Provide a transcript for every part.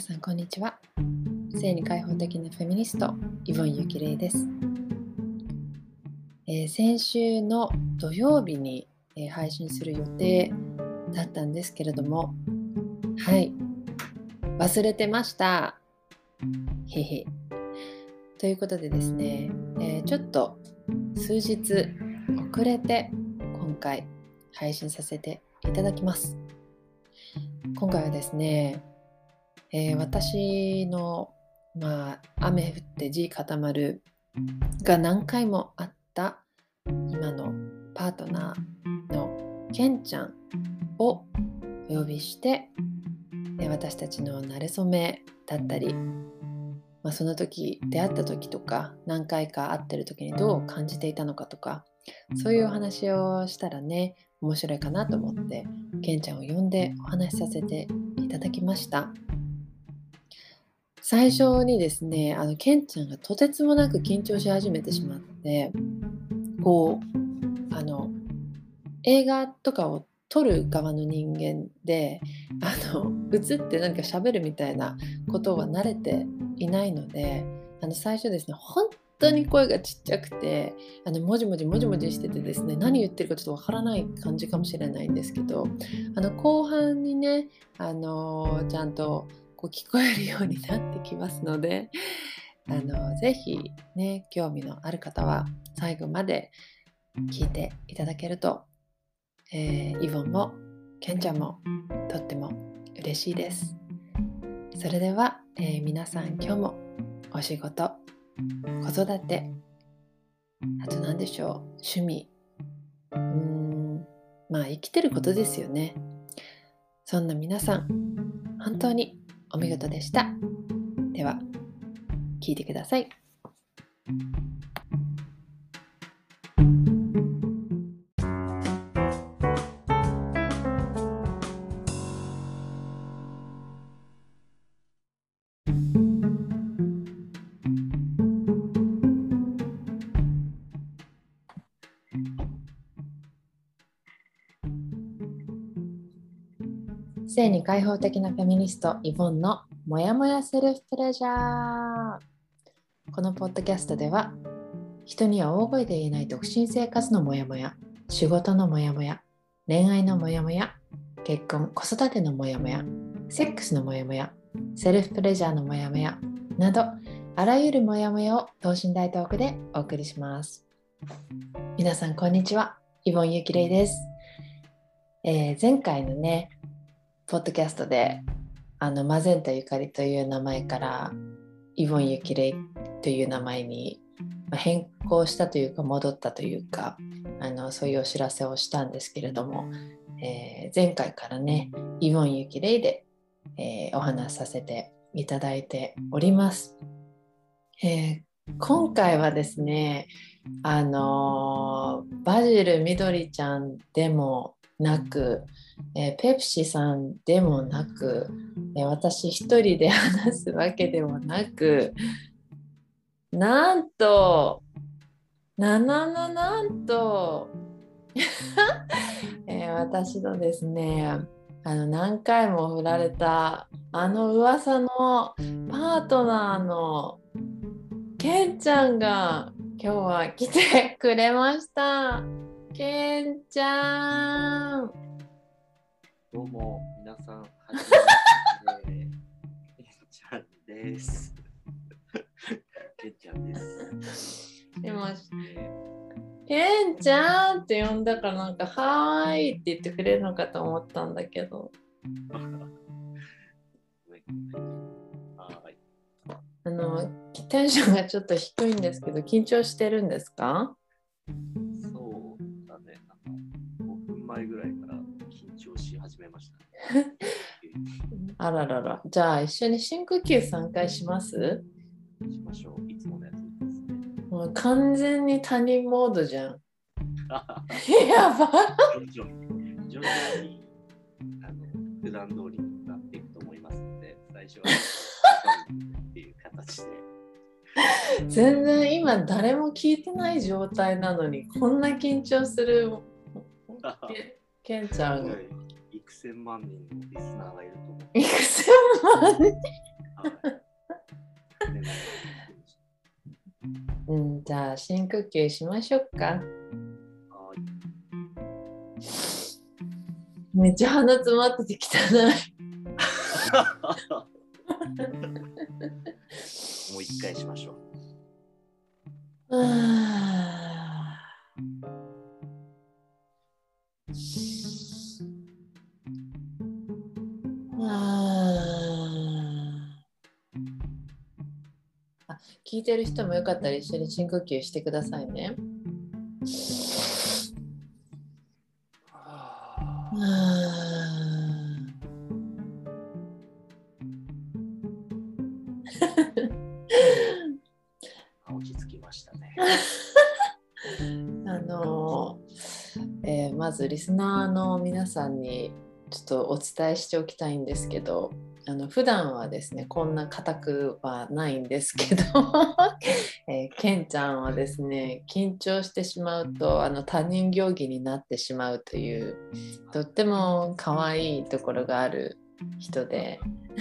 さんこんにちは。性に開放的なフェミニストイボン・ユキレイです。先週の土曜日に、配信する予定だったんですけれども、忘れてました。へへ。ということでですね、ちょっと数日遅れて今回配信させていただきます。今回はですね、私の、雨降って地固まるが何回もあった今のパートナーのケンちゃんをお呼びして、私たちの馴れ初めだったり、その時出会った時とか何回か会ってる時にどう感じていたのかとか、そういうお話をしたらね面白いかなと思ってケンちゃんを呼んでお話しさせていただきました。最初にですね、ケンちゃんがとてつもなく緊張し始めてしまって、映画とかを撮る側の人間で、映って何か喋るみたいなことは慣れていないので、最初ですね、本当に声がちっちゃくて、もじもじしててですね、何言ってるかちょっとわからない感じかもしれないんですけど、後半にね、ちゃんと聞こえるようになってきますので、ぜひね、興味のある方は最後まで聞いていただけると、イボンもケンちゃんもとっても嬉しいです。それでは、皆さん今日もお仕事、子育て、あと何でしょう、趣味、生きてることですよね。そんな皆さん本当にお見事でした。では聞いてください。性に開放的なフェミニストイボンのもやもやセルフプレジャー。このポッドキャストでは、人には大声で言えない独身生活のもやもや、仕事のもやもや、恋愛のもやもや、結婚子育てのもやもや、セックスのもやもや、セルフプレジャーのもやもやなど、あらゆるもやもやを等身大トークでお送りします。皆さんこんにちは、イボン・ユキレイです。前回のねポッドキャストでマゼンタゆかりという名前からイボン・ユキレイという名前に変更したというか戻ったというか、そういうお知らせをしたんですけれども、前回からねイボン・ユキレイで、お話しさせていただいております。今回はですね、バジルみどりちゃんでもなく、ペプシさんでもなく、私一人で話すわけでもなく、なんと私のですね、何回も振られた噂のパートナーのケンちゃんが今日は来てくれました。ケンちゃん。 どうも皆さん、はじめまして。ケンちゃんです。ケンちゃんです。 ケンちゃんって呼んだからなんかはーいって言ってくれるのかと思ったんだけど。テンションがちょっと低いんですけど、緊張してるんですか？ そうだね。5分前ぐらいから緊張し始めました、ね。 あららら。じゃあ一緒に深呼吸3回します？ しましょう。いつものやつですね。 もう完全に他人モードじゃん。やば徐々に普段通りになっていくと思いますので、最初はっていう形で。 全然今誰も聞いてない状態なのにこんな緊張するケンちゃん。 幾千万人のリスナーがいると思う。 幾千万人じゃあ深呼吸しましょうか。めっちゃ鼻詰まってて汚い。 もう一回しましょう。 聞いてる人もよかったら一緒に深呼吸してくださいね。 落ち着きましたね。 まずリスナーの皆さんにちょっとお伝えしておきたいんですけど、普段はですねこんな硬くはないんですけどケンちゃんはですね緊張してしまうと他人行儀になってしまうというとっても可愛いところがある人で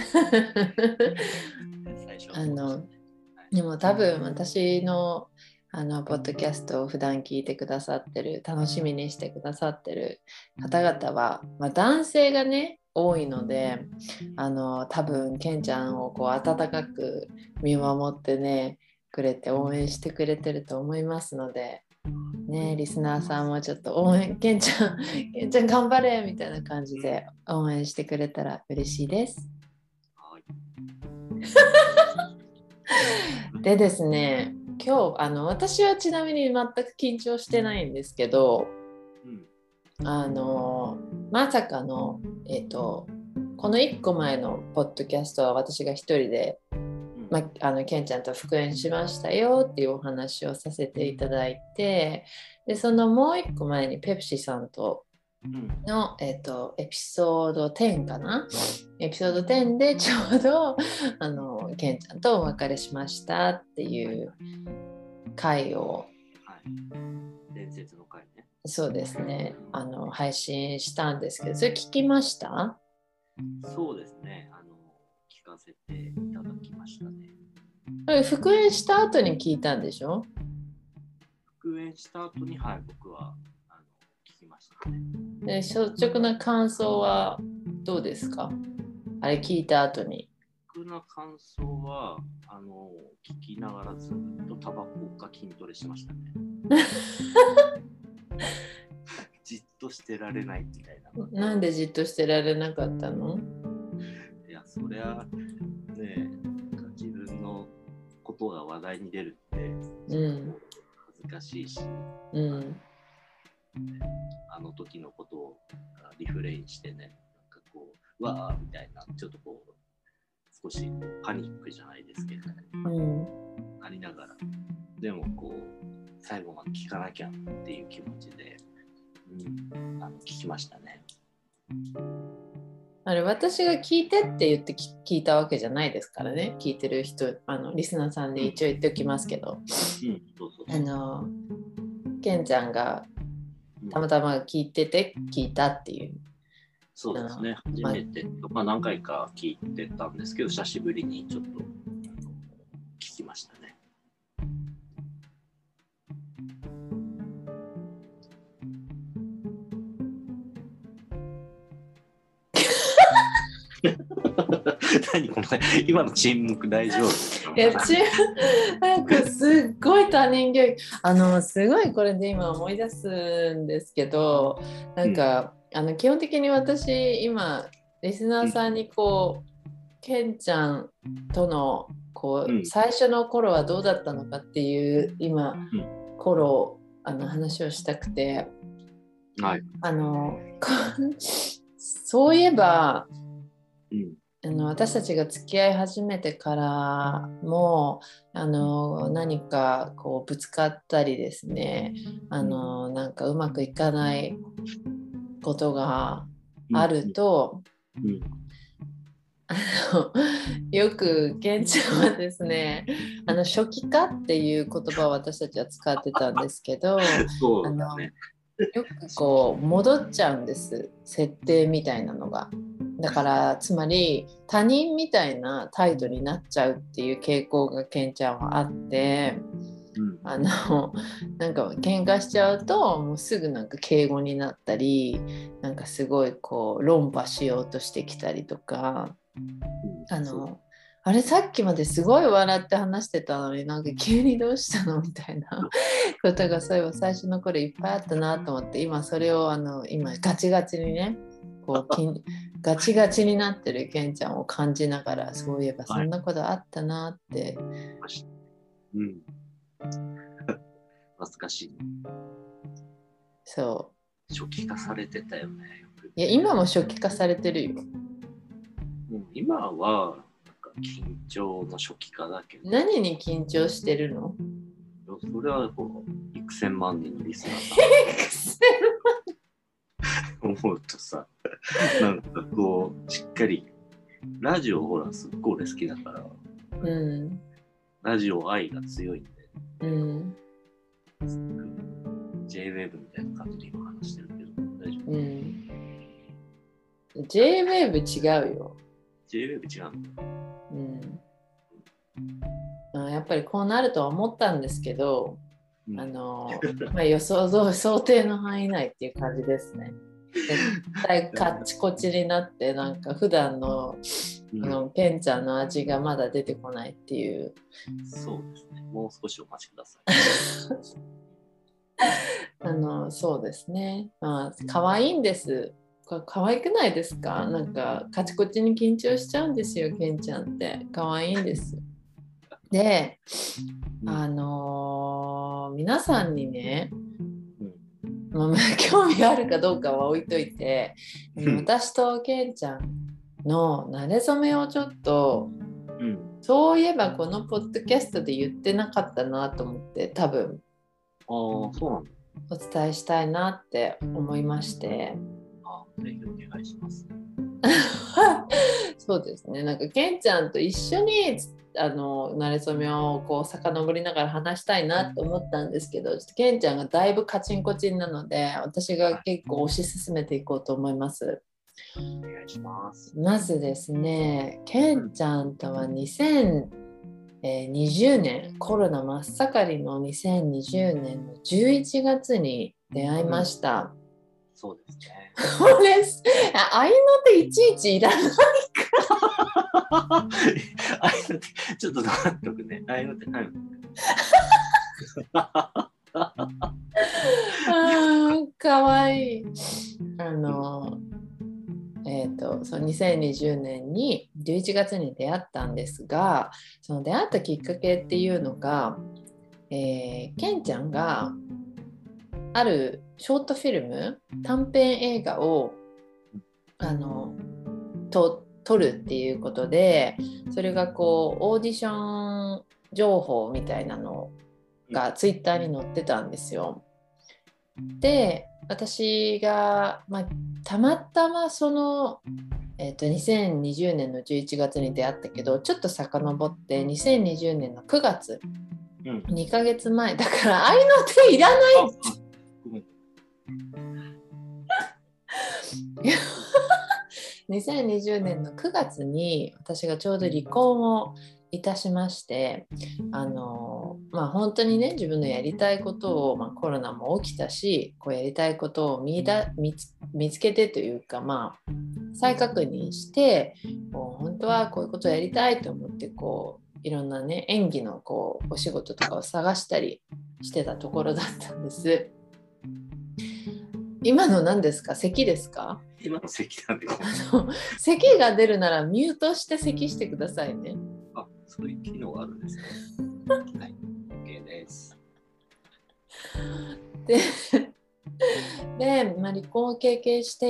でも多分私のポッドキャストを普段聞いてくださってる、楽しみにしてくださってる方々は、男性がね多いので多分ケンちゃんをこう温かく見守ってねくれて応援してくれてると思いますのでね、リスナーさんもちょっと応援ケンちゃん頑張れみたいな感じで応援してくれたら嬉しいです。 はい、 でですね今日私はちなみに全く緊張してないんですけど、まさかのこの1個前のポッドキャストは私が一人で、ケンちゃんと復縁しましたよっていうお話をさせていただいて、でそのもう1個前にペプシさんとの、エピソード10かな、エピソード10でちょうどケンちゃんとお別れしましたっていう回を、 伝説の回ね。 そうですね配信したんですけど、それ聞きました？ そうですね、聞かせていただきましたね。 復縁した後に聞いたんでしょ？ 復縁した後に、はい、僕は聞きましたね。 で率直な感想はどうですか？あれ聞いた後に。 率直な感想は聞きながらずっとタバコか筋トレしてましたね。じっとしてられないみたいな。 なんでじっとしてられなかったの？ いや、そりゃね、自分のことが話題に出るって、恥ずかしいし、あの時のことをリフレインしてね、なんかこう、わーみたいな、ちょっとこう、少しパニックじゃないですけど、ありながら、でもこう、最後まで聞かなきゃっていう気持ちで、聞きましたね。 あれ私が聞いてって言って聞いたわけじゃないですからね。聞いてる人リスナーさんで一応言っておきますけど、ケンちゃんがたまたま聞いてて聞いたっていう。 そうですね、初めて、何回か聞いてたんですけど、久しぶりにちょっと聞きましたね。何この今の沈黙大丈夫？ いやなんかすっごい他人行儀すごいこれで今思い出すんですけど、なんか、基本的に私今リスナーさんにこう、ケンちゃんとのこう、最初の頃はどうだったのかっていう今、頃話をしたくて、 はい、 そういえば、私たちが付き合い始めてからも何かこうぶつかったりですね、なんかうまくいかないことがあると、よくケンちゃんはですね初期化っていう言葉を私たちは使ってたんですけど、 そうですね、 よくこう戻っちゃうんです、設定みたいなのが。 だからつまり他人みたいな態度になっちゃうっていう傾向がケンちゃんはあって、なんか喧嘩しちゃうともうすぐなんか敬語になったり、なんかすごいこう論破しようとしてきたりとか、あれさっきまですごい笑って話してたのになんか急にどうしたのみたいなことがそういえば最初の頃いっぱいあったなと思って、今それを今ガチガチにねこうガチガチになってるケンちゃんを感じながら、そういえばそんなことあったなって、 懐かしい。 そう初期化されてたよね。よく。 いや今も初期化されてるよ。 今は緊張の初期化だけど。 何に緊張してるの？ それはこう幾千万人のリスナーさん思うとさ、なんかこうしっかりラジオほらすっごい俺好きだから、ラジオ愛が強いんで、J-WAVE みたいな感じで今話してるけど大丈夫？ J-WAVE 違うよ。 J-WAVE 違うの？やっぱりこうなるとは思ったんですけど、まあ、想定の範囲内っていう感じですね。絶対カッチコチになってなんか普段のケンちゃんの味がまだ出てこないっていう。 そうですね。もう少しお待ちください。そうですね。まあ可愛いんです。可愛くないですか？なんかカチコチに緊張しちゃうんですよ、ケンちゃんって可愛いんです。で、皆さんにね、興味あるかどうかは置いといて、私とケンちゃんの馴れ初めをちょっと、そういえばこのポッドキャストで言ってなかったなと思って、多分そうなんだ。 お伝えしたいなって思いまして。 ぜひお願いします。 そうですね。なんかケンちゃんと一緒に馴れ初めをこう遡りながら話したいなと思ったんですけど、ケンちゃんがだいぶカチンコチンなので、私が結構推し進めていこうと思います。 お願いします。 まずですね、ケンちゃんとは2020年、コロナ真っ盛りの2020年の11月に出会いました。 そうですね。 これ合いの手いちいちいらないかちょっと待っとくね。合いの手ないかわいい。その2020年に11月に出会ったんですが、その出会ったきっかけっていうのが、ケンちゃんがあるショートフィルム、短編映画を撮るっていうことで、それがこうオーディション情報みたいなのがツイッターに載ってたんですよ。で、私が、たまたまその、2020年の11月に出会ったけど、ちょっと遡って2020年の9月、2ヶ月前だから合いの手いらない2020年の9月に私がちょうど離婚をいたしまして、本当にね、自分のやりたいことを、コロナも起きたし、こうやりたいことを見つけてというか、再確認して本当はこういうことをやりたいと思っていろんなね、演技のお仕事とかを探したりしてたところだったんです。今の何ですか？咳ですか？ 今の咳なんです。 咳が出るならミュートして咳してくださいね。 そういう機能があるんですね。はい、OK です。 で、離婚を経験して、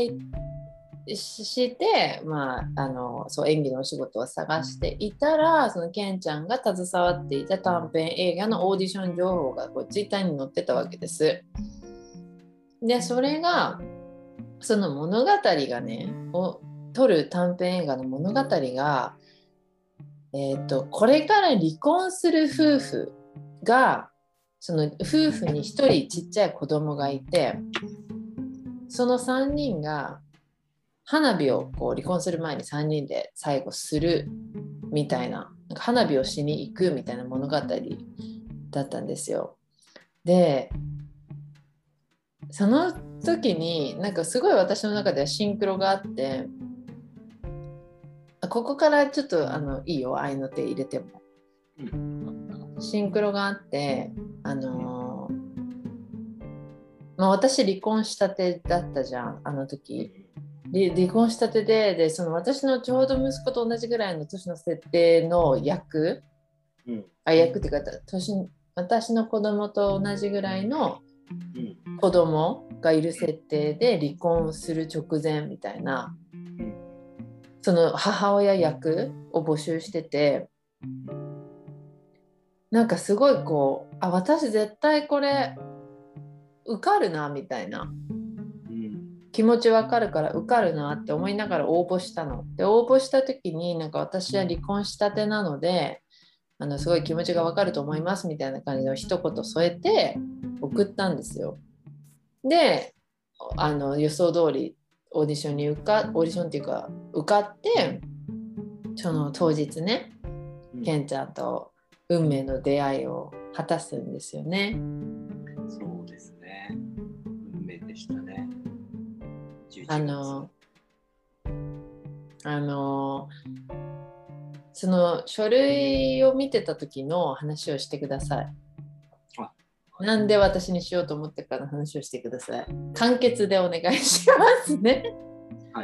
そう演技のお仕事を探していたら、そのケンちゃんが携わっていた短編映画のオーディション情報がツイッターに載ってたわけです。で、それがその物語がねを撮る短編映画の物語が、これから離婚する夫婦が、その夫婦に1人ちっちゃい子供がいて、その3人が花火をこう離婚する前に3人で最後するみたいな、なんか花火をしに行くみたいな物語だったんですよ。でその時になんかすごい私の中ではシンクロがあって、ここからちょっといいよ、愛の手入れても。シンクロがあって、私離婚したてだったじゃん、あの時。離婚したてでその私のちょうど息子と同じぐらいの年の設定の役、役っていうか私の子供と同じぐらいの子供がいる設定で離婚する直前みたいな、その母親役を募集してて、なんかすごいこう、私絶対これ受かるなみたいな、気持ちわかるから受かるなって思いながら応募したの。で応募した時になんか私は離婚したてなのですごい気持ちがわかると思いますみたいな感じの一言添えて送ったんですよ。で予想通りオーディションっていうか受かって、その当日ね、ケンちゃんと運命の出会いを果たすんですよね。 そうですね。運命でしたね。 その書類を見てた時の話をしてください。なんで私にしようと思ってからの話をしてください。簡潔でお願いしますね。 はい。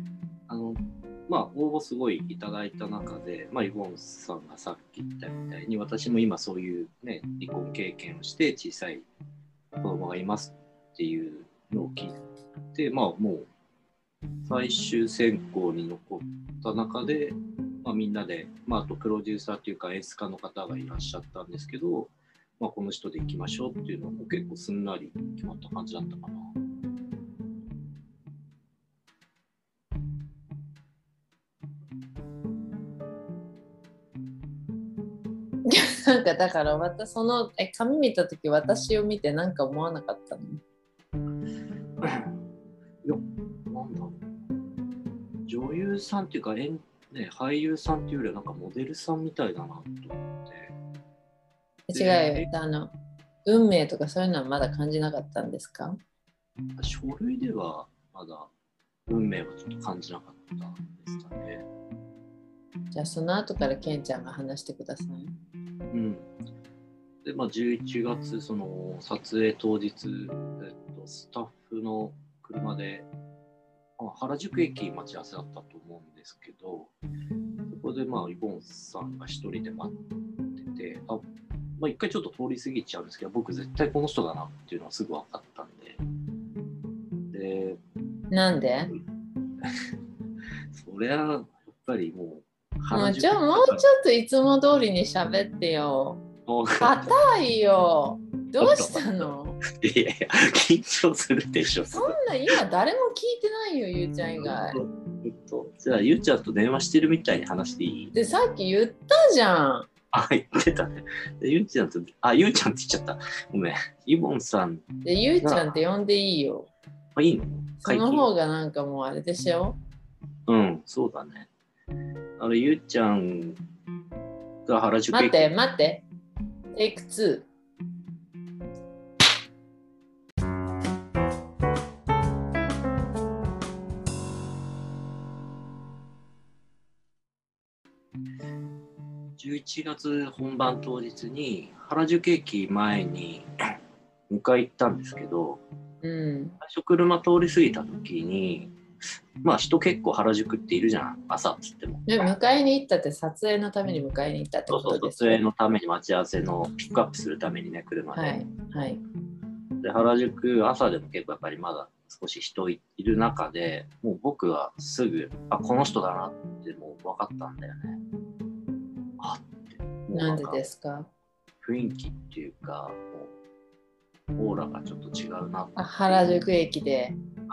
応募すごいいただいた中で、イボンさんがさっき言ったみたいに、私も今そういうね、離婚経験をして小さい子供がいますっていうのを聞いて、もう最終選考に残った中で、みんなで、あとプロデューサーというか演出家の方がいらっしゃったんですけど、この人で行きましょうっていうのも結構すんなり決まった感じだったかな。 なんかだからその紙見た時私を見て何か思わなかったの？ いや、なんだろう。女優さんっていうか俳優さんっていうよりはなんかモデルさんみたいだなと思って。 違うよ。運命とかそういうのはまだ感じなかったんですか？ 書類ではまだ運命はちょっと感じなかったですかね。 じゃあその後からケンちゃんが話してください。 で、11月その撮影当日、スタッフの車で原宿駅待ち合わせだったと思うんですけど、そこでイボンさんが一人で待ってて、一回ちょっと通り過ぎちゃうんですけど、僕絶対この人だなっていうのはすぐ分かったんで。で、 なんで？ そりゃやっぱりもうじゃあもうちょっといつも通りに喋ってよ。硬いよ。どうしたの？ いや緊張するでしょ。 そんな今誰も聞いてないよ、ゆうちゃん以外。 じゃあゆうちゃんと電話してるみたいに話していい？ でさっき言ったじゃん。 言ってたね。でゆうちゃんって言っちゃった。ごめん。イボンさん。 でゆうちゃんって呼んでいいよ。 いいの？ その方がなんかもうあれでしょ？ そうだね。ゆうちゃんが原宿駅。待って。テイク2。 11月本番当日に原宿駅前に迎え行ったんですけど、最初車通り過ぎた時に人結構原宿っているじゃん、朝っつっても。 迎えに行ったって撮影のために迎えに行ったってことですか？ 撮影のために待ち合わせのピックアップするためにね、車で。 はい。 で原宿朝でも結構やっぱりまだ少し人いる中で、もう僕はすぐこの人だなってもう分かったんだよね。 なんでですか？ 雰囲気っていうかオーラがちょっと違うな。 原宿駅で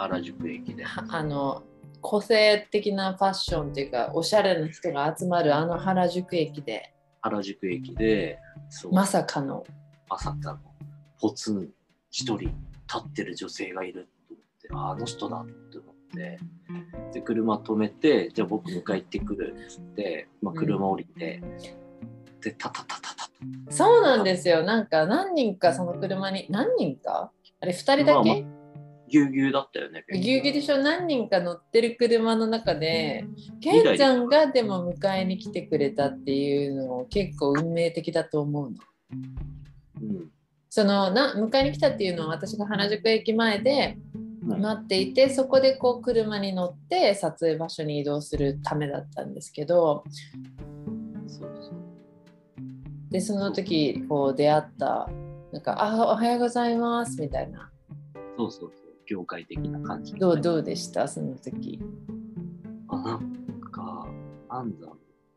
個性的なファッションっていうかおしゃれな人が集まる原宿駅でまさかのポツン一人立ってる女性がいると思って、あの人だって思っで、で車止めて、じゃあ僕迎え行ってくるっつって、車降りて、でタタタタタ。 そうなんですよ。なんか何人かその車に、何人かあれ2人だけ、 ぎゅうぎゅうだったよね。 ぎゅうぎゅうでしょ。何人か乗ってる車の中でケンちゃんがでも迎えに来てくれたっていうのを結構運命的だと思うの。その迎えに来たっていうのは私が原宿駅前で待っていて、そこでこう車に乗って撮影場所に移動するためだったんですけど、でその時こう出会ったなんかおはようございますみたいな、 そう業界的な感じ、 どうでしたその時。 なんだろ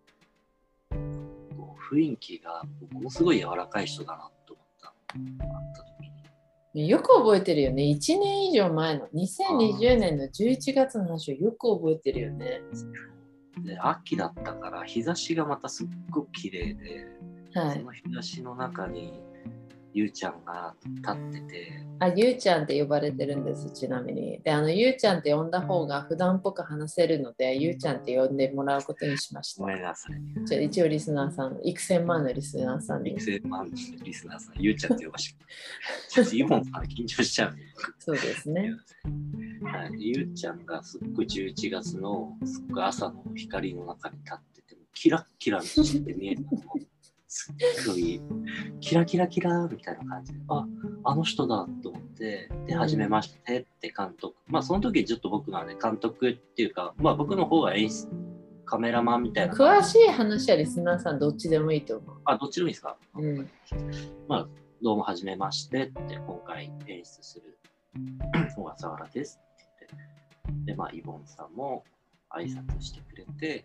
う、雰囲気がものすごい柔らかい人だなと思った時に。よく覚えてるよね。1年以上前の2020年の11月の話をよく覚えてるよね。 で秋だったから日差しがまたすっごく綺麗で、はい、その日差しの中にゆうちゃんが立ってて、 ゆうちゃんって呼ばれてるんです。ちなみにでゆうちゃんって呼んだ方が普段っぽく話せるので、ゆうちゃんって呼んでもらうことにしました。 ごめんなさい。 じゃあ一応リスナーさん、幾千万のリスナーさんに、 幾千万のリスナーさん、ゆうちゃんって呼ばしてちょっとイボンさん緊張しちゃう。 そうですね。 はい、ゆうちゃんがすっごい11月のすっごい朝の光の中に立ってて、キラッキラして見えたの。すっごいキラキラキラみたいな感じで、あの人だと思って、で初めましてって監督、その時ちょっと僕がね監督っていうか、僕の方が演出カメラマンみたいな。 詳しい話はリスナーさんどっちでもいいと思う。 どっちでもいいですか。どうも初めましてって、今回演出する小笠原ですって言って、でイボンさんも挨拶してくれて、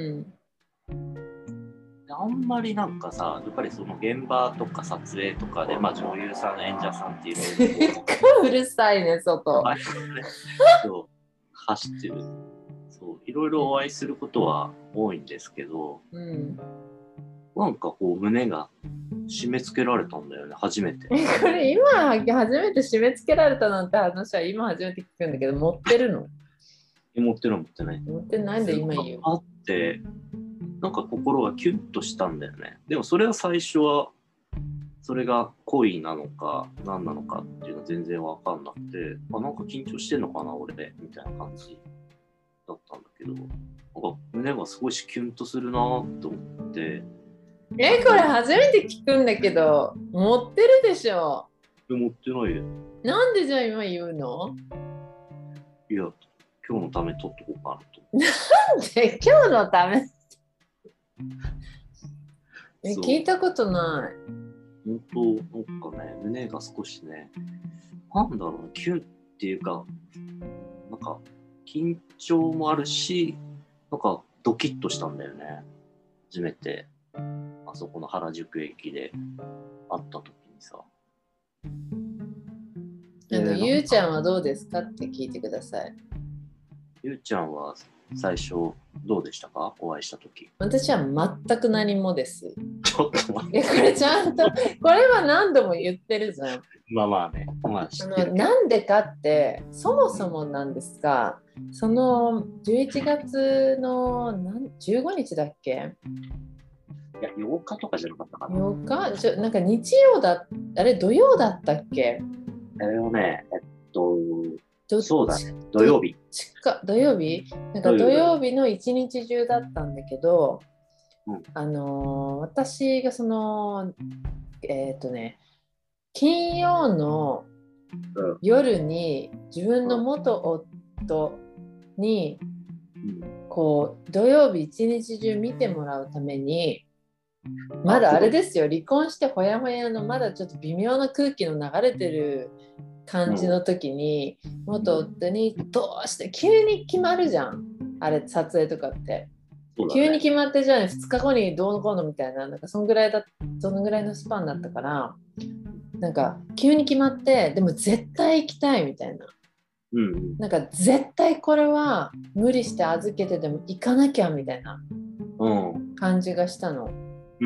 あんまりなんかさ、やっぱりその現場とか撮影とかで、女優さん、演者さんっていうのうるさいね、外。 走ってる。いろいろお会いすることは多いんですけど、なんかこう胸が締め付けられたんだよね、初めて。 これ今初めて締め付けられたなんて話は今初めて聞くんだけど、持ってるの？ 持ってない。 持ってないんで今言う。 あって、なんか心がキュッとしたんだよね。でもそれは最初はそれが恋なのか何なのかっていうのは全然わかんなくて、なんか緊張してんのかな俺でみたいな感じだったんだけど、なんか胸が少しキュンとするなと思って。 これ初めて聞くんだけど、持ってるでしょ。 持ってないよ。 なんでじゃあ今言うの？ いや、今日のために撮っとこうかなと。 なんで今日のため聞いたことない。 本当、なんかね、胸が少しね、なんだろう、キュンっていうか、なんか緊張もあるし、なんかドキッとしたんだよね。初めて、あそこの原宿駅で会った時にさ。 ゆうちゃんはどうですかって聞いてください。 ゆうちゃんは最初どうでしたか？お会いした時。 私は全く何もです。 ちょっと待って。 これちゃんと、これは何度も言ってるじゃん。なんでかって、そもそもなんですが、その11月の15日だっけ？ いや、8日とかじゃなかったかな。 8日？なんか日曜だ、あれ土曜だったっけ？ そうだね、土曜日。 土曜日？なんか土曜日の一日中だったんだけど、私がその金曜の夜に自分の元夫にこう土曜日一日中見てもらうために、まだあれですよ、離婚してほやほやのまだちょっと微妙な空気の流れてる感じの時に、元夫にどうして急に決まるじゃん、あれ撮影とかって。急に決まってじゃあ2日後にどうのこうのみたいな、なんかそのぐらいのスパンだったから、なんか急に決まって、でも絶対行きたいみたいな、なんか絶対これは無理して預けてでも行かなきゃみたいな感じがしたの。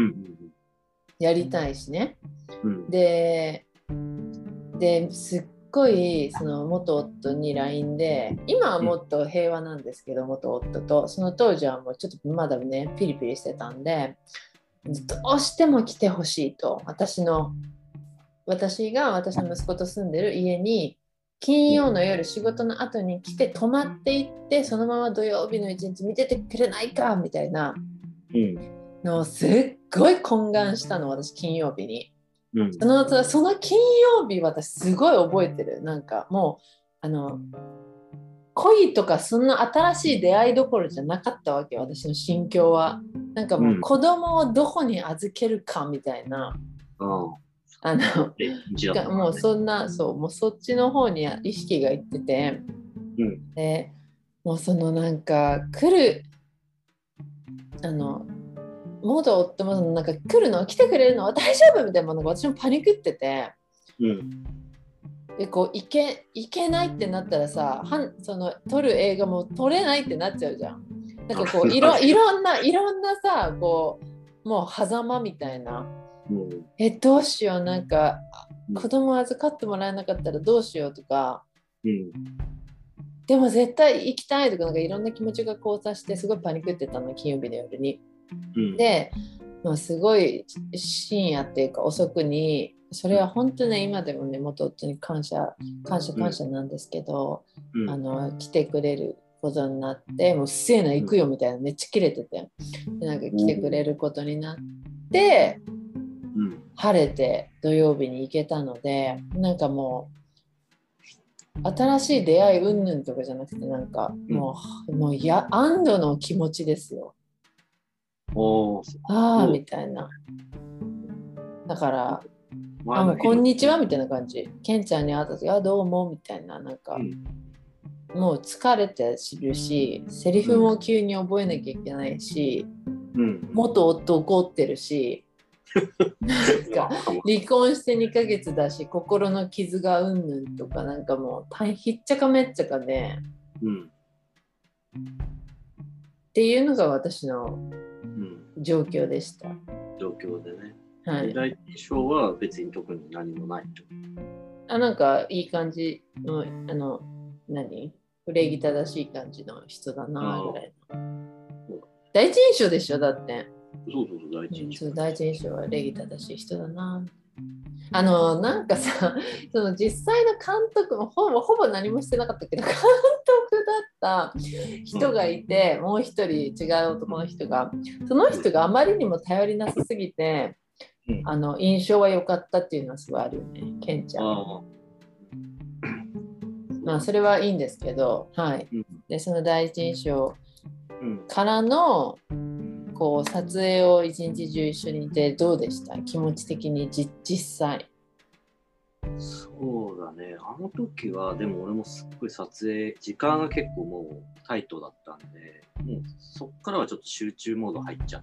やりたいしね。ですっごいその元夫に LINE で、今はもっと平和なんですけど、元夫とその当時はもうちょっとまだねピリピリしてたんで、どうしても来てほしいと、私が私の息子と住んでる家に金曜の夜仕事の後に来て泊まっていって、そのまま土曜日の一日見ててくれないかみたいなのをすっごい懇願したの、私金曜日に。その金曜日私すごい覚えてる。なんかもう恋とかそんな新しい出会いどころじゃなかったわけ、私の心境は。なんかもう子供をどこに預けるかみたいな、もうそんな、そう、もうそっちの方に意識がいってて、でもうそのなんか来る元夫もなんか来てくれるのは大丈夫みたいなのが私もパニクってて、でこう行けないってなったらさ、その撮る映画も撮れないってなっちゃうじゃん。なんかこういろんなさ、こうもう狭間みたいな、どうしよう、なんか子供預かってもらえなかったらどうしようとか、でも絶対行きたいとか、なんかいろんな気持ちが交差してすごいパニクってたの、金曜日の夜に。で、まあ、すごい深夜っていうか遅くに、それは本当ね今でもね元夫に感謝なんですけど、来てくれることになって、もううっせえな行くよみたいな、めっちゃキレてて、でなんか来てくれることになって、晴れて土曜日に行けたので、なんかもう新しい出会い云々とかじゃなくて、なんかもう安堵の気持ちですよ。みたいな。だからもうこんにちはみたいな感じ。ケンちゃんに会った時、どうもみたいな、なんか、もう疲れてるし、セリフも急に覚えなきゃいけないし、元夫怒ってるし、なんか離婚して2ヶ月だし、心の傷がうんぬんとか、なんかもうひっちゃかめっちゃかで、っていうのが私の状況でした。 状況でね。第一印象は別に特に何もないと。 なんかいい感じの礼儀正しい感じの人だなぐらいの。第一印象でしょ、だって。 そう第一印象。 第一印象は礼儀正しい人だな。なんかさ、その実際の監督もほぼ何もしてなかったけど、監督だった人がいて、もう一人違う男の人が、その人があまりにも頼りなさすぎて、印象は良かったっていうのはすごいあるよね、ケンちゃん。まあそれはいいんですけど、はい。でその第一印象からのこう撮影を一日中一緒にいてどうでした？気持ち的に実際。 そうだね、あの時はでも俺もすっごい撮影時間が結構もうタイトだったんで、もうそっからはちょっと集中モード入っちゃって、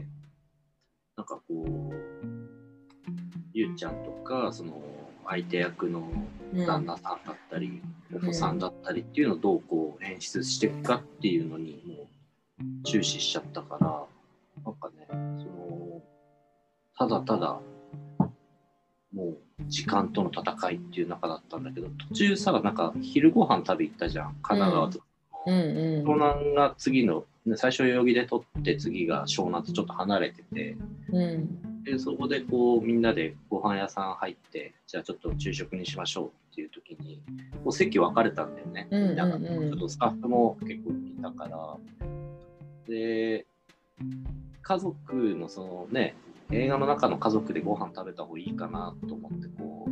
なんかこうゆうちゃんとかその相手役の旦那さんだったり、お子さんだったりっていうのをどうこう演出していくかっていうのにもう注視しちゃったから、なんかね、ただただもう時間との戦いっていう中だったんだけど、途中さ、なんか昼ご飯食べ行ったじゃん、神奈川と。湘南が次の最初代々木で撮って次が湘南とちょっと離れてて、でそこでこうみんなでご飯屋さん入って、じゃあちょっと昼食にしましょうっていう時にこう席分かれたんだよね、みんなが。ちょっとスタッフも結構いたから、で家族のそのね、映画の中の家族でご飯食べた方がいいかなと思ってこう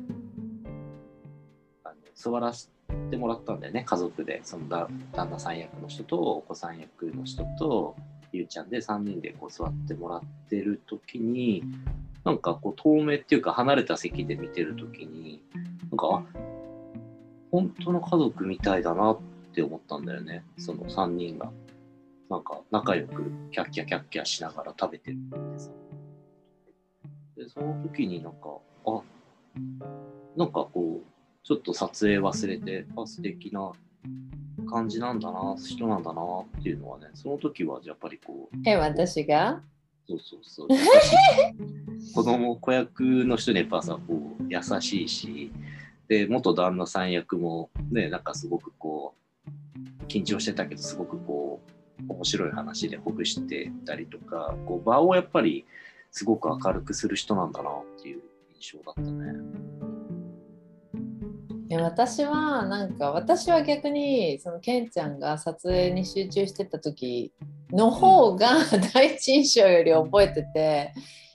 座らせてもらったんだよね、家族で。その旦那さん役の人とお子さん役の人とゆうちゃんで3人でこう座ってもらってる時に、なんかこう遠目っていうか離れた席で見てる時に、なんか本当の家族みたいだなって思ったんだよね。その3人がなんか仲良くキャッキャキャッキャしながら食べてるってさ。でその時になんかこうちょっと撮影忘れて、素敵な感じなんだな、人なんだなっていうのはね、その時はやっぱりこう。 私がそう優しい子役の人にやっぱさ、こう優しいし、 で元旦那さん役もね、なんかすごくこう緊張してたけどすごくこう面白い話でほぐしてたりとか、こう場をやっぱりすごく明るくする人なんだなっていう印象だったね。 私は逆にそのケンちゃんが撮影に集中してた時の方が第一印象より覚えてて、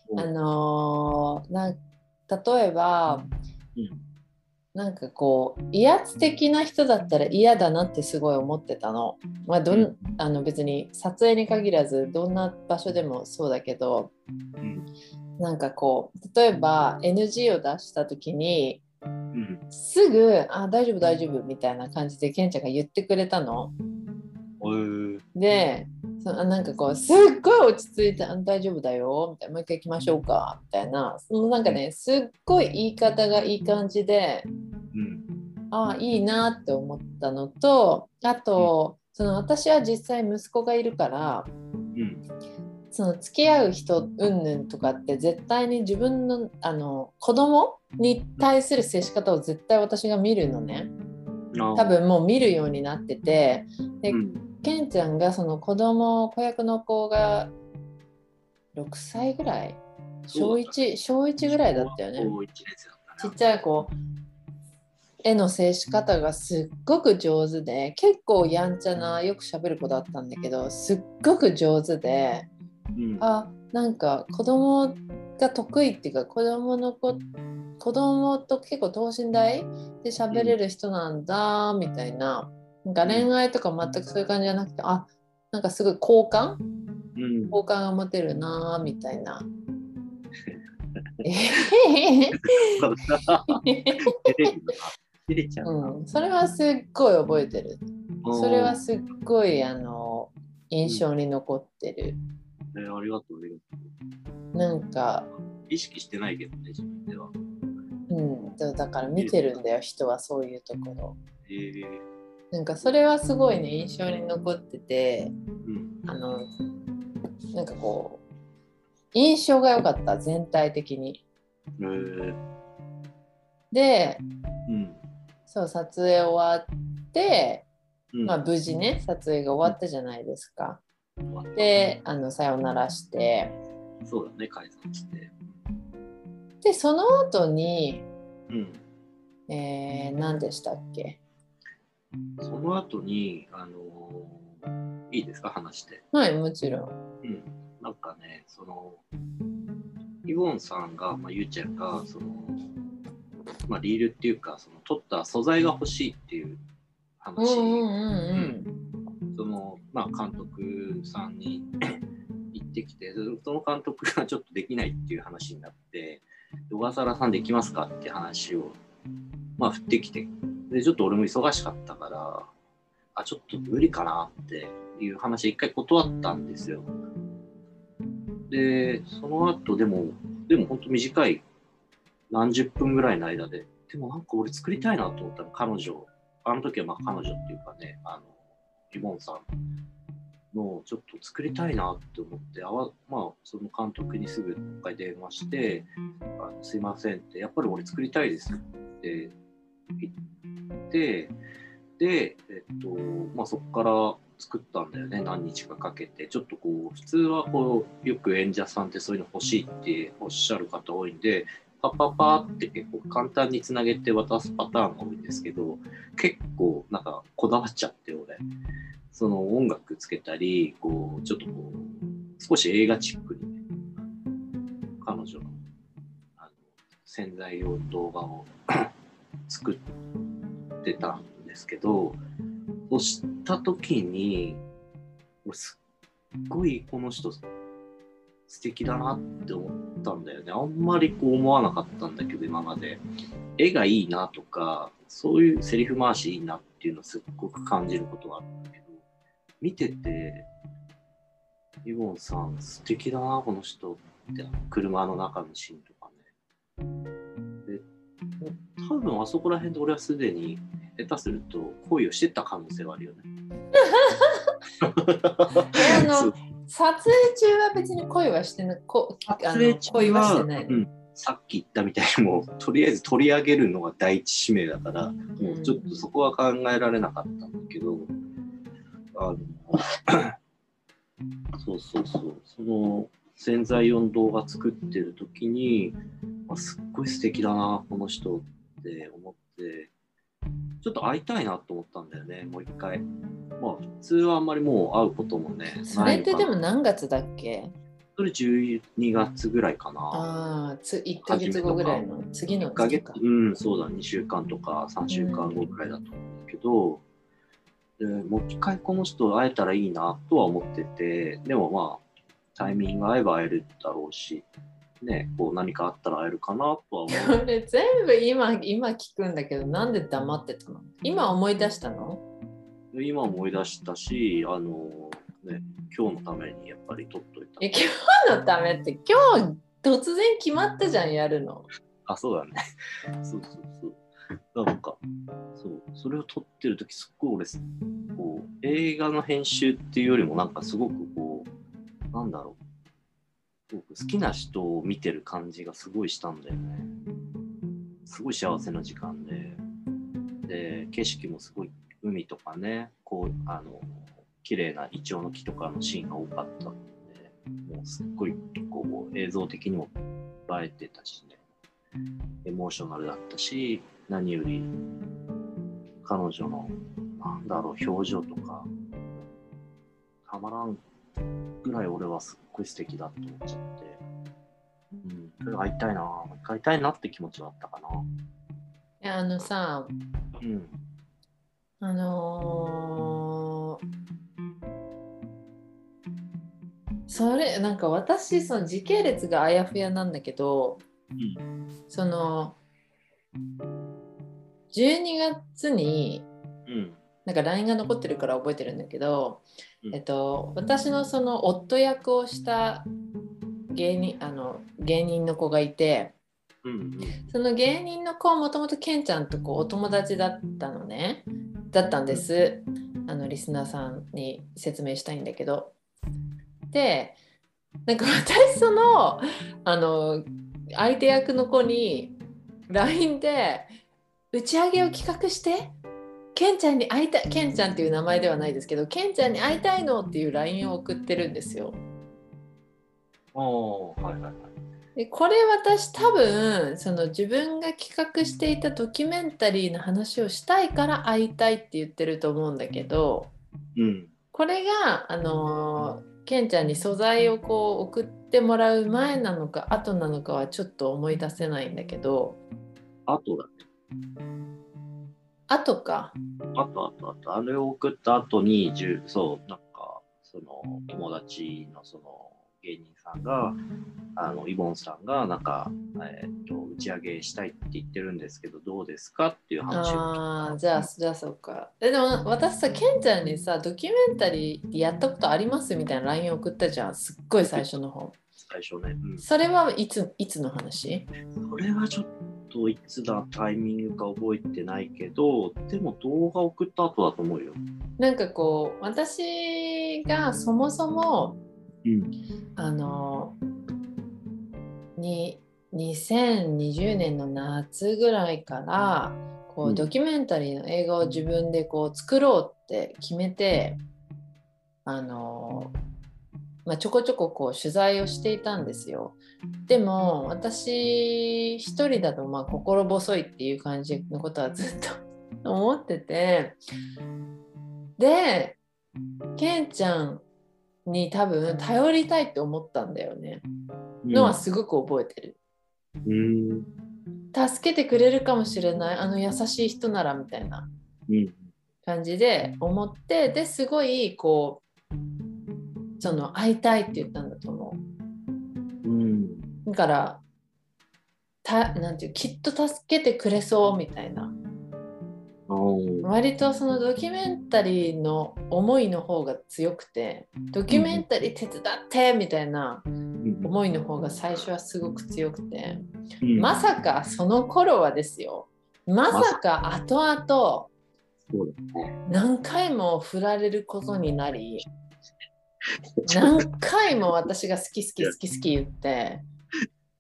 例えば、なんかこう威圧的な人だったら嫌だなってすごい思ってたの。別に撮影に限らずどんな場所でもそうだけど、なんかこう例えば NG を出した時にすぐ大丈夫大丈夫みたいな感じでケンちゃんが言ってくれたの。でなんかこうすっごい落ち着いて大丈夫だよみたいな、もう一回行きましょうかみたいな、なんかねすっごい言い方がいい感じで、いいなって思ったのと、あと私は実際息子がいるから、その付き合う人云々とかって絶対に自分の子供に対する接し方を絶対私が見るのね。多分もう見るようになってて、で、ケンちゃんがその子役の子が6歳ぐらい、小1ぐらいだったよね。ちっちゃい子への接し方がすっごく上手で、結構やんちゃなよく喋る子だったんだけど、すっごく上手で、なんか子供が得意っていうか、子供と結構等身大で喋れる人なんだみたいな、なんか恋愛とか全くそういう感じじゃなくて、なんかすごい好感が持てるなみたいな。それはすっごい覚えてる。それはすっごい印象に残ってる。 ありがとう。 なんか意識してないけどね、自分では。 だから見てるんだよ、人はそういうところ。なんかそれはすごいね、印象に残ってて、なんかこう印象が良かった、全体的に。で、そう撮影終わって、無事ね撮影が終わったじゃないですか。でさよならして、 そうだね、解散して、 でその後に、何でしたっけ。 その後にいいですか、話して。 はい、もちろん。 なんかね、イボンさんが、ゆうちゃんがリールっていうか、撮った素材が欲しいっていう話、監督さんに行ってきて、その監督がちょっとできないっていう話になって、小笠原さんできますかって話を振ってきて、でちょっと俺も忙しかったからちょっと無理かなっていう話一回断ったんですよ。でその後でも本当短い何十分ぐらいの間で、でもなんか俺作りたいなと思ったの。彼女、あの時は彼女っていうかね、リボンさんのちょっと作りたいなって思って、その監督にすぐ一回電話して、すいませんって、やっぱり俺作りたいですって言って、で、そこから作ったんだよね、何日かかけて。ちょっとこう普通はよく演者さんってそういうの欲しいっておっしゃる方多いんで、パッパッパーって結構簡単につなげて渡すパターンが多いんですけど、結構なんかこだわっちゃって俺、その音楽つけたりちょっと少し映画チックに、彼女の潜在用動画を作ってたんですけど、そうした時にすっごいこの人素敵だなって思ったんだよね。あんまり思わなかったんだけど、今まで絵がいいなとかそういうセリフ回しいいなっていうのをすっごく感じることがあるんだけど、見ててイボンさん素敵だなこの人って、車の中のシーンとかね。で多分あそこら辺で俺はすでに下手すると恋をしてた可能性はあるよね。 撮影中は別に恋はしてない。恋はしてない。 さっき言ったみたいにもうとりあえず取り上げるのが第一使命だから、もうちょっとそこは考えられなかったんだけど、そうその潜在音動画作ってる時に、すっごい素敵だなこの人って思って、ちょっと会いたいなと思ったんだよね、もう一回。普通はあんまりもう会うこともね。 それってでも何月だっけ？ それ12月ぐらいかな。 1ヶ月後ぐらいの次の月か。 そうだ、2週間とか3週間後ぐらいだと思うんだけど、もう一回この人会えたらいいなとは思ってて、でもタイミング合えば会えるだろうし、ね、こう何かあったら会えるかなとは思う。 これ全部今聞くんだけど、なんで黙ってたの？今思い出したの？ 今思い出したし、今日のためにやっぱり撮っといた。 今日のためって今日突然決まったじゃん、やるの。 そうだね。そう。なんかそれを撮ってる時すっごい俺こう映画の編集っていうよりもなんかすごくこうなんだろう、僕好きな人を見てる感じがすごいしたんだよね。すごい幸せな時間で景色もすごい海とかね、こう綺麗なイチョウの木とかのシーンが多かったので、もうすっごいこう映像的にも映えてたしね、エモーショナルだったし、何より彼女の表情とかたまらんぐらい俺はすっごい素敵だと思っちゃって、それ会いたいなって気持ちはあったかな。 いやさ、それなんか私その時系列があやふやなんだけど、その12月に、なんか LINE が残ってるから覚えてるんだけど、私のその夫役をした芸人の子がいて、その芸人の子はもともとケンちゃんとお友達だったんです。リスナーさんに説明したいんだけど、でなんか私その相手役の子に LINE で打ち上げを企画して、ケンちゃんに会いたい、ケンちゃんっていう名前ではないですけど、ケンちゃんに会いたいのっていう LINE を送ってるんですよ。でこれ私多分その自分が企画していたドキュメンタリーの話をしたいから会いたいって言ってると思うんだけど、これがケンちゃんに素材をこう送ってもらう前なのか後なのかはちょっと思い出せないんだけど。 後だね。 後か。 後。あれを送った後に、なんかその友達のその芸人さんがイボンさんがなんか、打ち上げしたいって言ってるんですけどどうですかっていう話を。 じゃあそうか。でも私さ、ケンちゃんにさドキュメンタリーやったことありますみたいな LINE 送ったじゃん、すっごい最初の方。 最初ね、 それはいつの話？ それはちょっといつだタイミングか覚えてないけど、でも動画送った後だと思うよ。 なんかこう私がそもそも2020年の夏ぐらいからこうドキュメンタリーの映画を自分でこう作ろうって決めて、ちょこちょここう取材をしていたんですよ。でも私一人だと心細いっていう感じのことはずっと思ってて、でケンちゃんに多分頼りたいって思ったんだよね、のはすごく覚えてる。助けてくれるかもしれない優しい人ならみたいな感じで思って、ですごいこうその会いたいって言ったんだと思う。だからなんていう、きっと助けてくれそうみたいな、割とそのドキュメンタリーの思いの方が強くて、ドキュメンタリー手伝ってみたいな思いの方が最初はすごく強くて、まさかその頃はですよ、まさか後々何回も振られることになり、何回も私が好き言って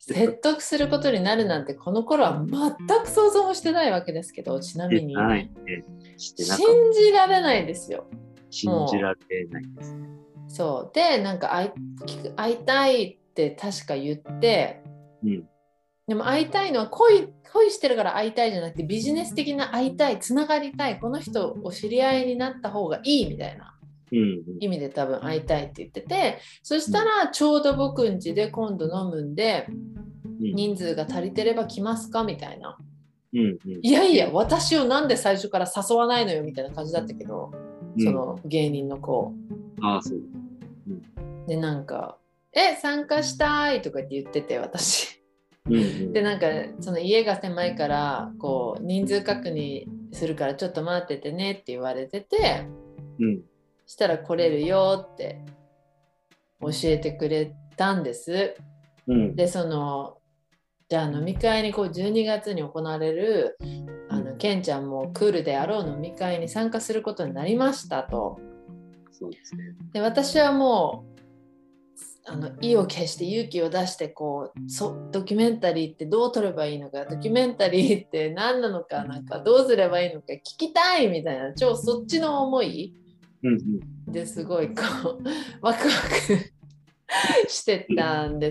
説得することになるなんてこの頃は全く想像もしてないわけですけど、ちなみに、信じられないですよ。 信じられないですね。 そうで、なんか会いたいって確か言って、でも会いたいのは恋してるから会いたいじゃなくて、ビジネス的な会いたい、つながりたい、この人を知り合いになった方がいいみたいな意味で多分会いたいって言ってて、そしたらちょうど僕ん家で今度飲むんで、人数が足りてれば来ますかみたいな、いやいや私をなんで最初から誘わないのよみたいな感じだったけど、その芸人の子、 そうでなんか参加したいとかって言ってて、私でなんかその家が狭いからこう人数確認するからちょっと待っててねって言われてて、したら来れるよって教えてくれたんです。でそのじゃあ飲み会にこう12月に行われるケンちゃんも来るであろう飲み会に参加することになりましたと。 そうですね。 で私はもう意を決して勇気を出してこうドキュメンタリーってどう撮ればいいのか、ドキュメンタリーって何なのか、なんかどうすればいいのか聞きたいみたいな、超そっちの思い、ですごいこうワクワクしてたんです。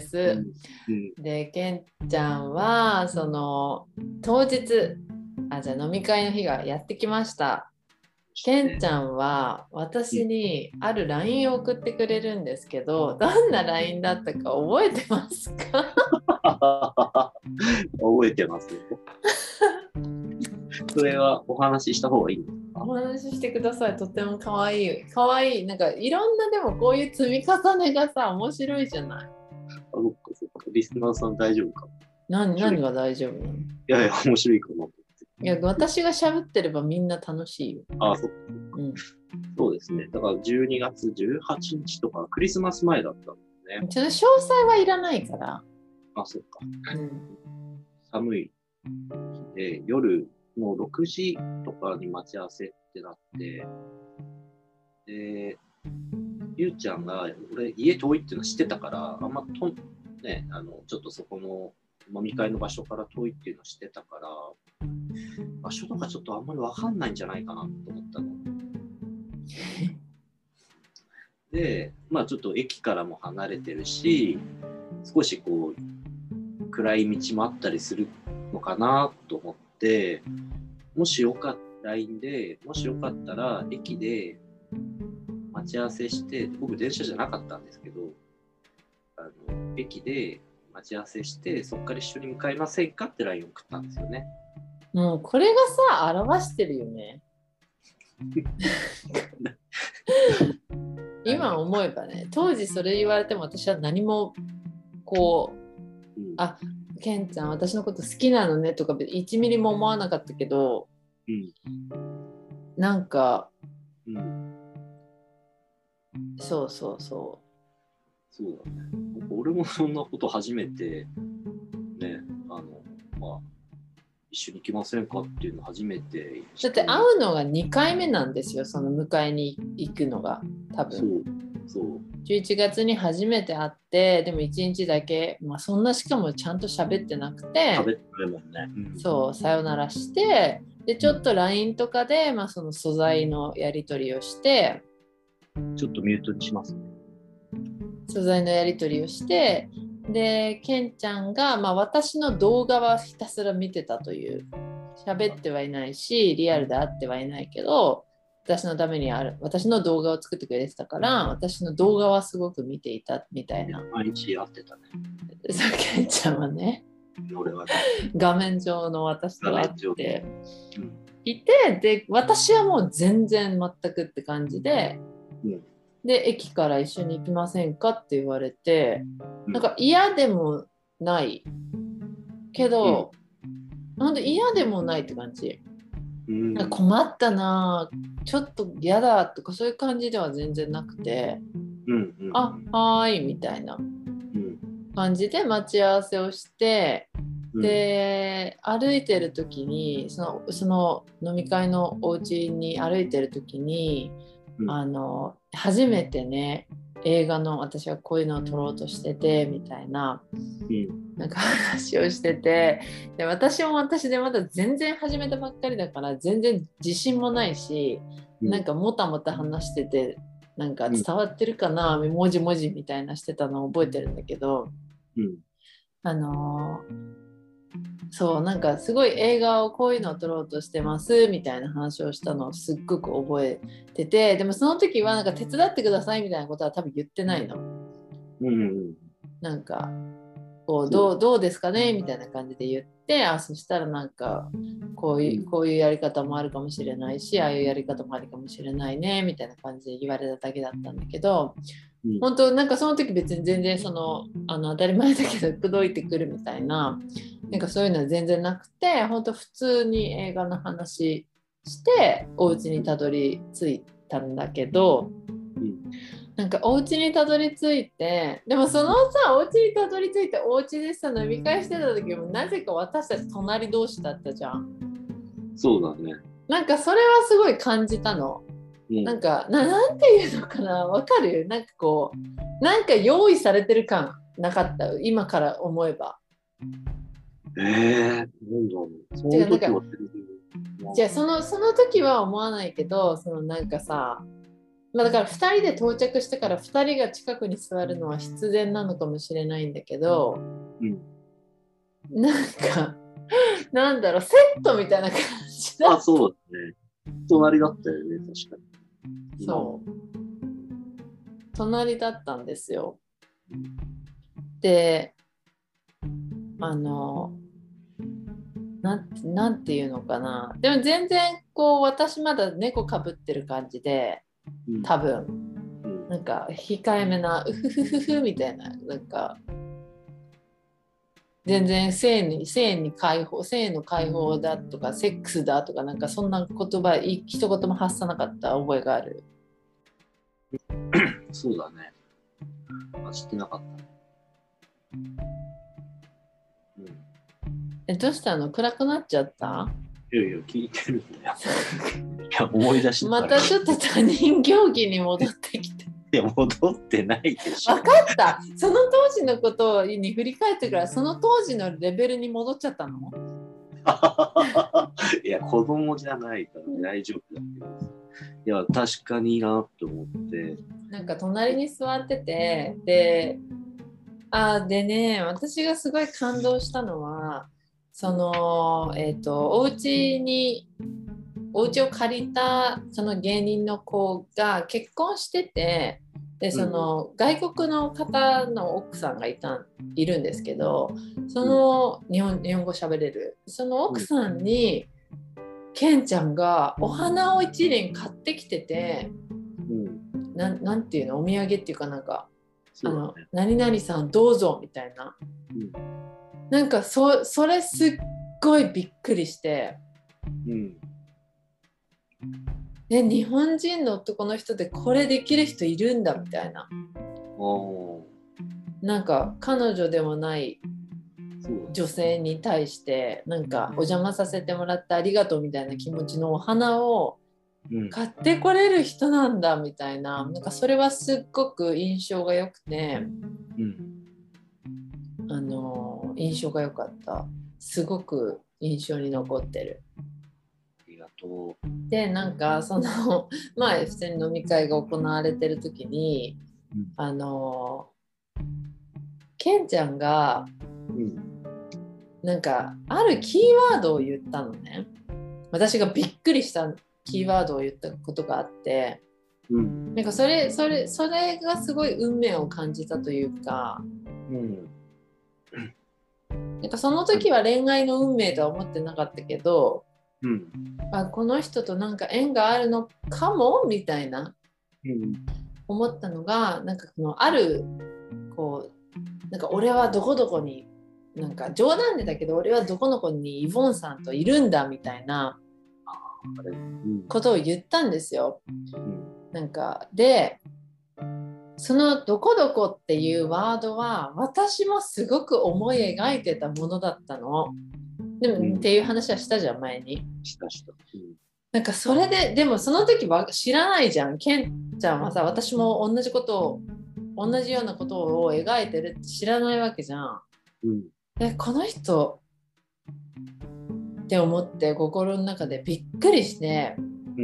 でケンちゃんはその当日じゃあ飲み会の日がやってきました。ケンちゃんは私にある LINE を送ってくれるんですけど、どんな LINE だったか覚えてますか？ 覚えてますよ。それはお話しした方がいいのか？ お話ししてください。とてもかわいい。かわいい。なんかいろんなでもこういう積み重ねがさ、面白いじゃない。 そっか。リスナーさん大丈夫か？ 何が大丈夫なの？いや、面白いかな。 いや、私が喋ってればみんな楽しいよ。 そっか。そうですね。だから12月18日とかクリスマス前だったんですね。 ちょっと詳細はいらないから。 そっか。寒い日で、夜もう6時とかに待ち合わせってなって、で、ゆうちゃんが、俺家遠いっていうの知ってたから、あんまね、ちょっとそこの飲み会の場所から遠いっていうの知ってたから、場所とかちょっとあんまり分かんないんじゃないかなと思ったの。で、ちょっと駅からも離れてるし、少しこう暗い道もあったりするのかなと思って、もしよかった LINE で、もしよかったら駅で待ち合わせして、僕電車じゃなかったんですけど、駅で待ち合わせして、そこから一緒に向かいませんかって LINE を送ったんですよね。 もうこれがさ、表してるよね。今思えばね、当時それ言われても私は何もこう、ケンちゃん私のこと好きなのねとか1ミリも思わなかったけど、なんか、そうだね。俺もそんなこと初めてね、一緒に行きませんかっていうの初めて。 だって会うのが2回目なんですよ、その迎えに行くのが多分。 そう 11月に初めて会って、でも1日だけ、そんなしかもちゃんと喋ってなくて、 喋ってないもんね。 そうさよならして、でちょっと LINE とかで、その素材のやり取りをして、 ちょっとミュートにしますね。 素材のやり取りをして、でケンちゃんが、私の動画はひたすら見てたという、喋ってはいないしリアルで会ってはいないけど、私のために私の動画を作ってくれてたから、私の動画はすごく見ていたみたいな。 毎日会ってたね。 ケンちゃんはね、 俺は画面上の私と会っていて、で私はもう全然全くって感じで、で駅から一緒に行きませんかって言われて、なんか嫌でもないけど、なんで嫌でもないって感じ。なんか困ったな、ちょっと嫌だとかそういう感じでは全然なくて、はーいみたいな感じで待ち合わせをして、で歩いてる時にその飲み会のお家に歩いてる時に、初めてね映画の私はこういうのを撮ろうとしててみたいな、なんか話をしてて、で私も私でまだ全然始めたばっかりだから全然自信もないし、なんかもたもた話してて、なんか伝わってるかな、文字文字みたいなしてたのを覚えてるんだけど、そうなんかすごい映画をこういうのを撮ろうとしてますみたいな話をしたのをすっごく覚えてて、でもその時はなんか手伝ってくださいみたいなことは多分言ってないの。なんかこうどうですかねみたいな感じで言って、そしたらなんかこういうやり方もあるかもしれないし、ああいうやり方もあるかもしれないねみたいな感じで言われただけだったんだけど、本当なんかその時別に全然当たり前だけど口説いてくるみたいな、なんかそういうのは全然なくて、本当普通に映画の話してお家にたどり着いたんだけど、なんかお家にたどり着いて、でもそのさ、お家にたどり着いてお家でさ飲み会してた時もなぜか私たち隣同士だったじゃん。 そうだね。 なんかそれはすごい感じたの。なんかなんていうのかな、わかる？なんかこうなんか用意されてる感なかった、今から思えば。 なんだろう。その時はじゃあその時は思わないけど、なんかさ、だから2人で到着してから2人が近くに座るのは必然なのかもしれないんだけど、なんかなんだろう、セットみたいな感じだった。 そうだね。隣だったよね、確かに。 そう隣だったんですよ。でなんていうのかな、でも全然こう私まだ猫かぶってる感じで、多分なんか控えめなうふふふふみたいな、なんか全然性の解放だとかセックスだとかなんかそんな言葉一言も発さなかった覚えがある。 そうだね。知ってなかった。 どうしたの？暗くなっちゃった？ いや聞いてるんだよ。いや思い出した。 またちょっと他人行儀に戻ってきて。 いや戻ってないでしょ。 分かった。その当時のことに振り返ってからその当時のレベルに戻っちゃったの？ いや子供じゃないから大丈夫だけど。いや確かになと思って。なんか隣に座ってて、でね、私がすごい感動したのはお家を借りたその芸人の子が結婚してて、で外国の方の奥さんがいるんですけど、その日本語喋れるその奥さんにケンちゃんがお花を一輪買ってきてて、なんていうの、お土産っていうかなんか何々さんどうぞみたいな、なんかそれすっごいびっくりして、日本人の男の人でこれできる人いるんだみたいな、なんか彼女でもない女性に対してなんかお邪魔させてもらってありがとうみたいな気持ちのお花を買ってこれる人なんだみたいな、なんかそれはすっごく印象が良くて、印象が良かった。すごく印象に残ってる。でなんか前普通に飲み会が行われてる時に、ケンちゃんが、なんかあるキーワードを言ったのね。私がびっくりしたキーワードを言ったことがあって、なんかそれがすごい運命を感じたというか、なんかその時は恋愛の運命とは思ってなかったけど、この人となんか縁があるのかもみたいな、思ったのが、なんかあるなんか俺はどこどこに、なんか冗談でだけど俺はどこの子にイボンさんといるんだみたいなことを言ったんですよ。なんかでそのどこどこっていうワードは私もすごく思い描いてたものだったの。でも、っていう話はしたじゃん前に。なんかそれでもその時は知らないじゃん。ケンちゃんはさ、私も同じことを同じようなことを描いてるって知らないわけじゃん。でこの人って思って心の中でびっくりして、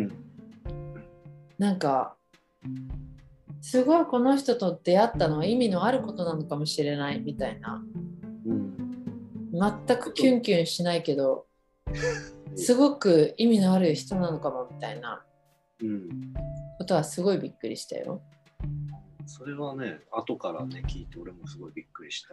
なんかすごいこの人と出会ったのは意味のあることなのかもしれないみたいな、全くキュンキュンしないけどすごく意味のある人なのかもみたいなことはすごいびっくりしたよ。 それはね、後からね聞いて俺もすごいびっくりした。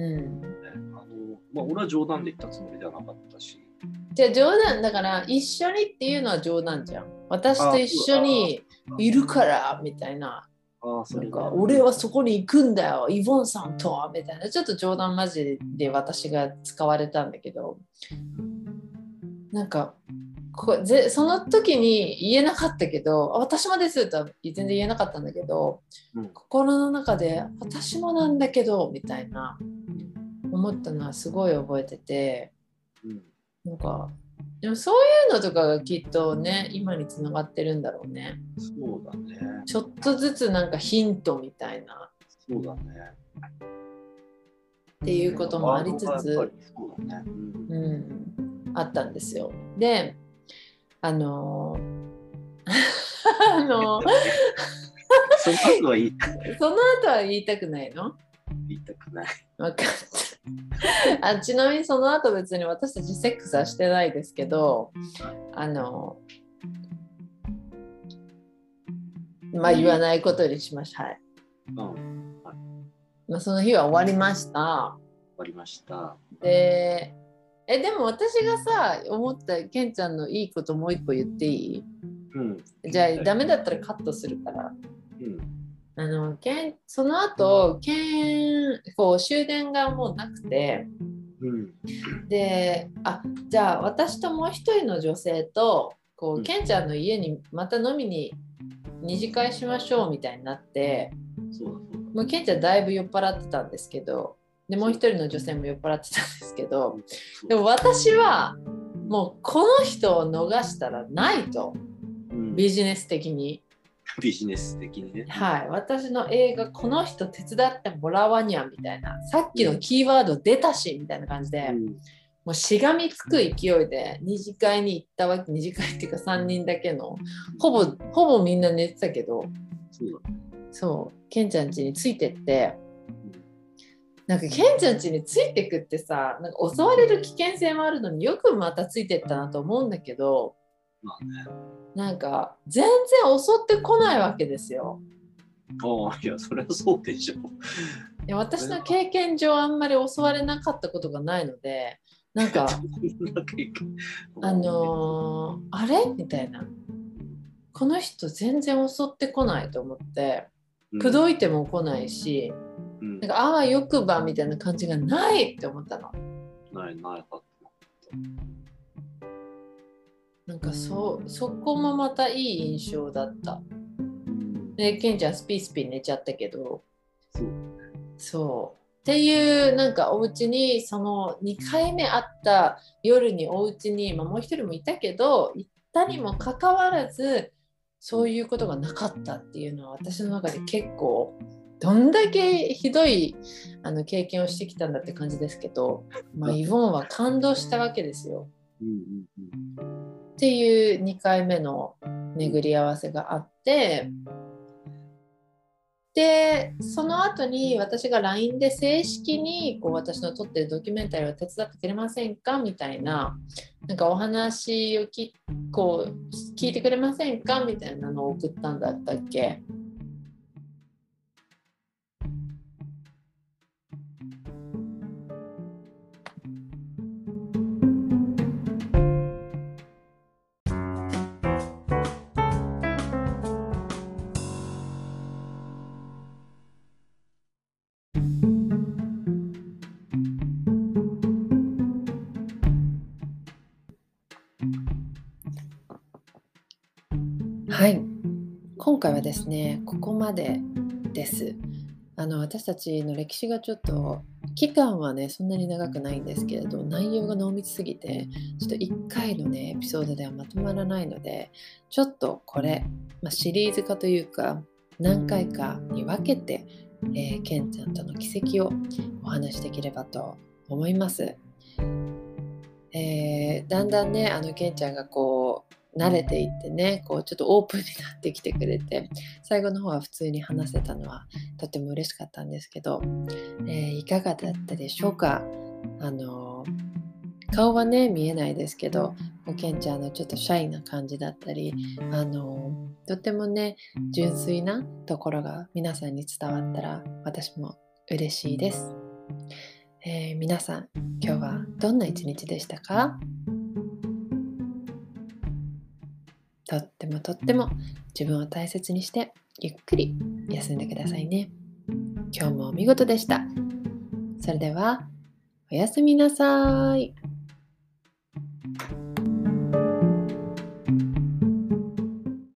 俺は冗談で言ったつもりではなかったし。 じゃあ冗談だから一緒にっていうのは冗談じゃん。私と一緒にいるからみたいな。なんか俺はそこに行くんだよイボンさんとみたいな、ちょっと冗談交じりで私が使われたんだけど、なんかその時に言えなかったけど、私もですとは全然言えなかったんだけど、心の中で私もなんだけどみたいな思ったのはすごい覚えてて、なんかでもそういうのとかがきっとね今につながってるんだろうね。 そうだね。 ちょっとずつなんかヒントみたいな。 そうだね。 っていうこともありつつ、あったんですよ。で、その後は言いたくないの？ 言いたくない。 分かった。ちなみにその後別に私たちセックスはしてないですけど、言わないことにしました。はい。その日は終わりました。でも私がさ思ったケンちゃんのいいこともう一個言っていい？じゃあダメだったらカットするから。その後終電がもうなくて、でじゃあ私ともう一人の女性とケンちゃんの家にまた飲みに二次会しましょうみたいになって、もうケンちゃんだいぶ酔っ払ってたんですけど、でもう一人の女性も酔っ払ってたんですけど、でも私はもうこの人を逃したらないと、ビジネス的にね。はい、私の映画この人手伝ってもらわにゃみたいな、さっきのキーワード出たしみたいな感じで、もうしがみつく勢いで二次会に行ったわけ。二次会っていうか3人だけの、ほぼみんな寝てたけど、そうケンちゃん家についてって、なんかケンちゃん家についてくってさ、なんか襲われる危険性もあるのによくまたついてったなと思うんだけど、なんか全然襲ってこないわけですよ。 いやそれはそうでしょ。 いや私の経験上あんまり襲われなかったことがないので、なんかあれみたいな、この人全然襲ってこないと思って、口説いても来ないし、なんかあわよくばみたいな感じがないって思ったの。 ないかった。 なんかそこもまたいい印象だった。でケンちゃんスピー寝ちゃったけど、そうっていう、なんかお家にその2回目会った夜にお家に、もう一人もいたけど行ったにもかかわらずそういうことがなかったっていうのは私の中で結構どんだけひどい経験をしてきたんだって感じですけど、イボンは感動したわけですよ。っていう2回目の巡り合わせがあって、でその後に私が LINE で正式に私の撮ってるドキュメンタリーを手伝ってくれませんかみたいな、なんかお話を聞いてくれませんかみたいなのを送ったんだったっけ。はい、今回はですねここまでです。私たちの歴史がちょっと期間はねそんなに長くないんですけれど、内容が濃密すぎてちょっと1回のねエピソードではまとまらないので、ちょっとこれ、シリーズ化というか何回かに分けてケンちゃんとの軌跡をお話しできればと思います。だんだんねケンちゃんがこう慣れていってねこうちょっとオープンになってきてくれて、最後の方は普通に話せたのはとても嬉しかったんですけど、いかがだったでしょうか。顔はね見えないですけど、ケンちゃんのちょっとシャイな感じだったり、とってもね純粋なところが皆さんに伝わったら私も嬉しいです。皆さん今日はどんな一日でしたか？とっても自分を大切にしてゆっくり休んでくださいね。今日もお見事でした。それではおやすみなさい。